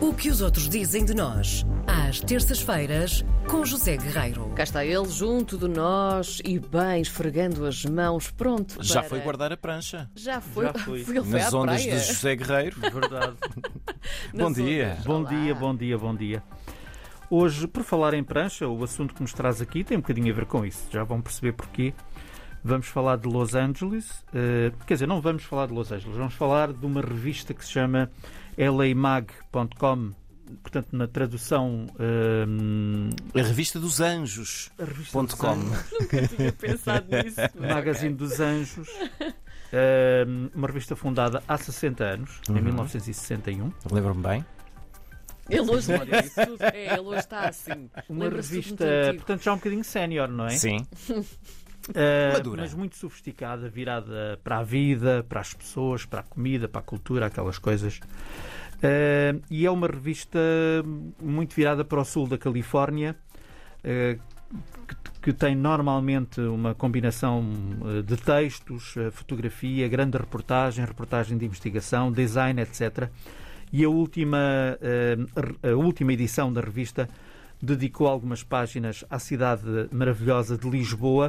O que os outros dizem de nós, às terças-feiras, com José Guerreiro. Cá está ele, junto de nós e bem, esfregando as mãos, pronto. Já foi guardar a prancha. Já foi. fui. Ele foi Nas à ondas praia. de José Guerreiro. Verdade. Bom Nas dia. ondas. Bom dia. Hoje, por falar em prancha, o assunto que nos traz aqui tem um bocadinho a ver com isso. Já vão perceber porquê. Vamos falar de Los Angeles. Quer dizer, não vamos falar de Los Angeles. Vamos falar de uma revista que se chama lamag.com. Portanto, na tradução... A revista dos Anjos. a revista dos .com. Anjos. Nunca tinha pensado nisso. mas Magazine ok. dos Anjos. Uma revista fundada há 60 anos, em 1961. Lembro-me bem. Ele hoje lembra-se de tudo. Ele hoje está assim. Uma Lembra-se de revista, tudo antigo. portanto, já um bocadinho sénior, não é? Sim. Madura. Mas muito sofisticada, virada para a vida, para as pessoas, para a comida, para a cultura, aquelas coisas. E é uma revista muito virada para o sul da Califórnia, que tem normalmente uma combinação de textos, fotografia, grande reportagem de investigação, design, etc. E a última edição da revista dedicou algumas páginas à cidade maravilhosa de Lisboa,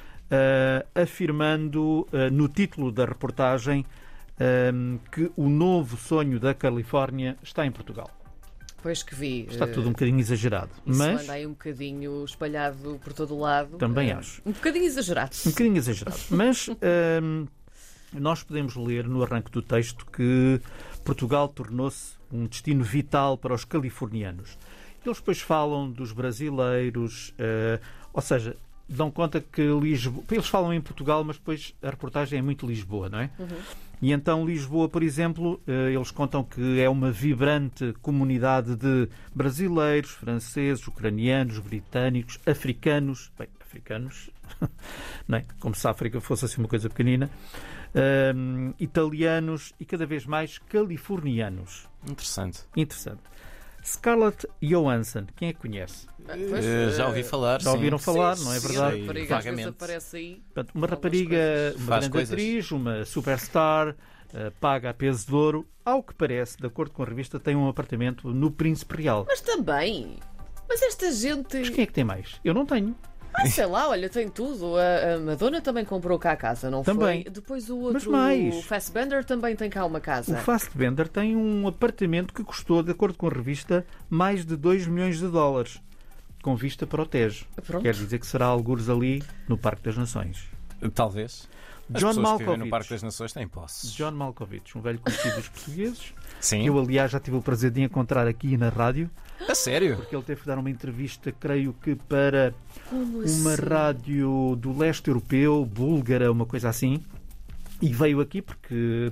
afirmando no título da reportagem que o novo sonho da Califórnia está em Portugal. Pois que vi. Está tudo um bocadinho exagerado, Isso mas anda aí um bocadinho espalhado por todo o lado. também acho. Um bocadinho exagerado. Um bocadinho exagerado. Mas nós podemos ler no arranque do texto que Portugal tornou-se um destino vital para os californianos. Eles depois falam dos brasileiros, ou seja, dão conta que Lisboa... Eles falam em Portugal, mas depois a reportagem é muito Lisboa, não é? E então Lisboa, por exemplo, eles contam que é uma vibrante comunidade de brasileiros, franceses, ucranianos, britânicos, africanos... Bem, africanos... não é? Como se a África fosse assim uma coisa pequenina. Italianos e cada vez mais californianos. Interessante. Interessante. Scarlett Johansson, quem é que conhece? Pois, Já ouvi falar. Já sim. ouviram falar, sim, não é sim, verdade? a rapariga às vezes Vagamente. aparece aí. Portanto, uma Algumas rapariga, coisas. uma Faz grande coisas. atriz, uma superstar, paga a peso de ouro. Ao que parece, de acordo com a revista, tem um apartamento no Príncipe Real. Mas também. Mas esta gente. Mas quem é que tem mais? Eu não tenho. Sei lá, olha, tem tudo. A Madonna também comprou cá a casa, não Também. foi? Depois o outro, Mas mais. o Fassbender também tem cá uma O casa. Fassbender tem um apartamento que custou, de acordo com a revista, mais de 2 milhões de dólares, com vista para o Tejo. Pronto. Quer dizer que será algures ali no Parque das Nações. Talvez. As John pessoas que vivem no Parque Malkovich. das Nações têm posses. John Malkovich, um velho conhecido dos portugueses. Sim. Eu, aliás, já tive o prazer de encontrar aqui na rádio, A sério? porque ele teve que dar uma entrevista, creio que para Como uma assim? rádio do leste europeu, búlgara, uma coisa assim, e veio aqui porque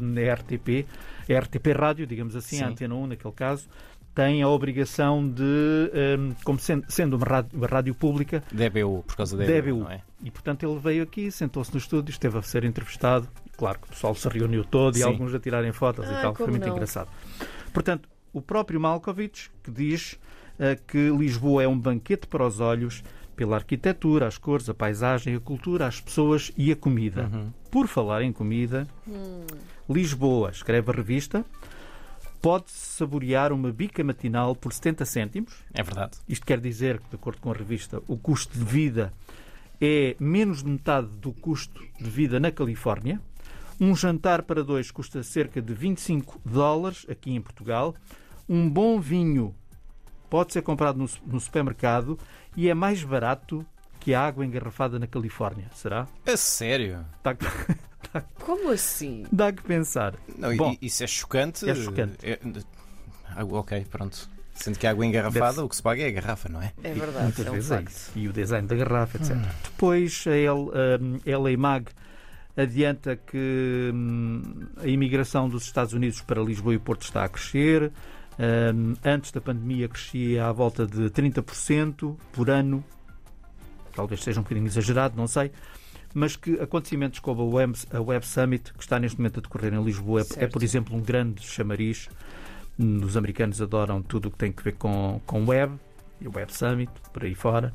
a RTP Rádio, digamos assim, Sim. a Antena 1, naquele caso, tem a obrigação de, como sendo uma rádio pública, DBU, por causa da DBU. não é? E, portanto, ele veio aqui, sentou-se no estúdio, esteve a ser entrevistado. Claro que o pessoal se reuniu todo e Sim. alguns a tirarem fotos e tal. Foi como muito não? engraçado. Portanto, o próprio Malkovich que diz que Lisboa é um banquete para os olhos pela arquitetura, as cores, a paisagem, a cultura, as pessoas e a comida. Por falar em comida, Lisboa, escreve a revista, pode-se saborear uma bica matinal por 70 cêntimos. É verdade. Isto quer dizer que, de acordo com a revista, o custo de vida é menos de metade do custo de vida na Califórnia. Um jantar para dois custa cerca de 25 dólares aqui em Portugal. Um bom vinho pode ser comprado no supermercado e é mais barato que a água engarrafada na Califórnia. Será? A sério? Como assim? Dá que pensar. Não, Bom, isso é chocante. é chocante. Ok, pronto. Sendo que a água engarrafada, Deve-se. o que se paga é a garrafa, não é? É verdade, muitas é um vezes é facto. isso. E o design da garrafa, etc. Depois a LA Mag adianta que a imigração dos Estados Unidos para Lisboa e Porto está a crescer. Antes da pandemia crescia à volta de 30% por ano. Talvez seja um bocadinho exagerado, não sei. Mas que acontecimentos como a Web Summit, que está neste momento a decorrer em Lisboa, é, Certo. por exemplo, um grande chamariz. Os americanos adoram tudo o que tem a ver com web, e o Web Summit, por aí fora.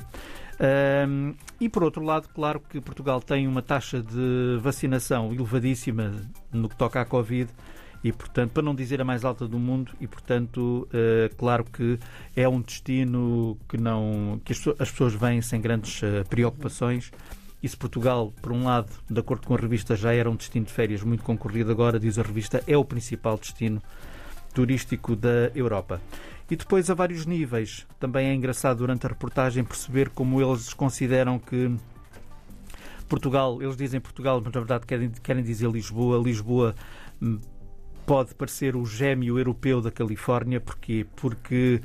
E por outro lado, claro que Portugal tem uma taxa de vacinação elevadíssima no que toca à Covid e, portanto, para não dizer a mais alta do mundo, e, portanto, claro que é um destino que as pessoas vêm sem grandes preocupações. E se Portugal, por um lado, de acordo com a revista, já era um destino de férias muito concorrido, agora, diz a revista, é o principal destino turístico da Europa. E depois, a vários níveis, também é engraçado durante a reportagem perceber como eles consideram que Portugal, eles dizem Portugal, mas na verdade querem dizer Lisboa. Lisboa pode parecer o gêmeo europeu da Califórnia. Porquê? Porque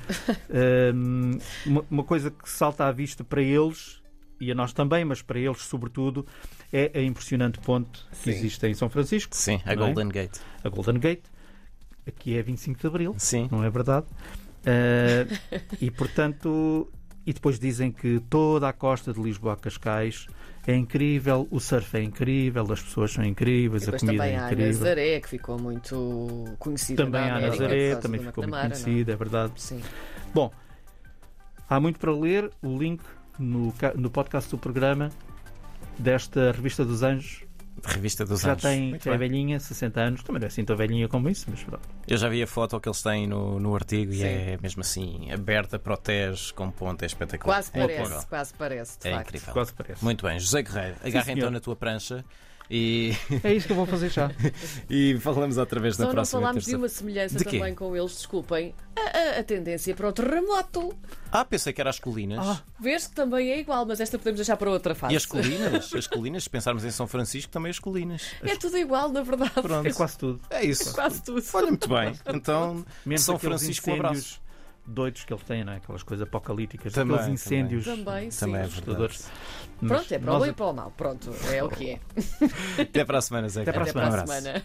uma coisa que salta à vista para eles, e a nós também, mas para eles sobretudo, é a impressionante ponte que existe em São Francisco. Sim, a Golden Gate. A Golden Gate. Aqui é 25 de Abril, Sim. Não é verdade? E, portanto, e depois dizem que toda a costa de Lisboa a Cascais é incrível, o surf é incrível, as pessoas são incríveis, a comida é incrível. Também há a Nazaré, que ficou muito conhecida. Também há a Nazaré, também ficou muito conhecida, é verdade. Sim. Bom, há muito para ler. O link no podcast do programa desta Revista dos Anjos. Revista dos Já Anjos. tem, é velhinha, 60 anos. Também não é assim tão velhinha como isso, mas pronto. Eu já vi a foto que eles têm no artigo e é mesmo assim, aberta, protege, com ponte, é espetacular. Quase parece, de É facto. incrível. Quase parece. Muito bem, José Guerreiro, agarra então na tua prancha e... É isso que eu vou fazer já. e falamos outra vez na Só próxima não falámos de terça. uma semelhança De quê? também com eles, desculpem, a tendência para o terremoto. Pensei que era as colinas. Vês que também é igual, mas esta podemos deixar para outra fase. E as colinas? As colinas, se pensarmos em São Francisco, também as colinas. É tudo igual, na verdade. Pronto. É quase tudo. É isso. Quase tudo. Olha, muito bem. Então, Menos São aqueles Francisco, um abraço. incêndios doidos que eles têm, não é? Aquelas coisas apocalípticas, Também, aqueles incêndios Também, sim. Também é assustadores. verdade. Pronto, é para o Nós- bem e para o mal. Pronto, é o que é. Até para a semana, Zé. Até para a Até semana. para a Um abraço. semana.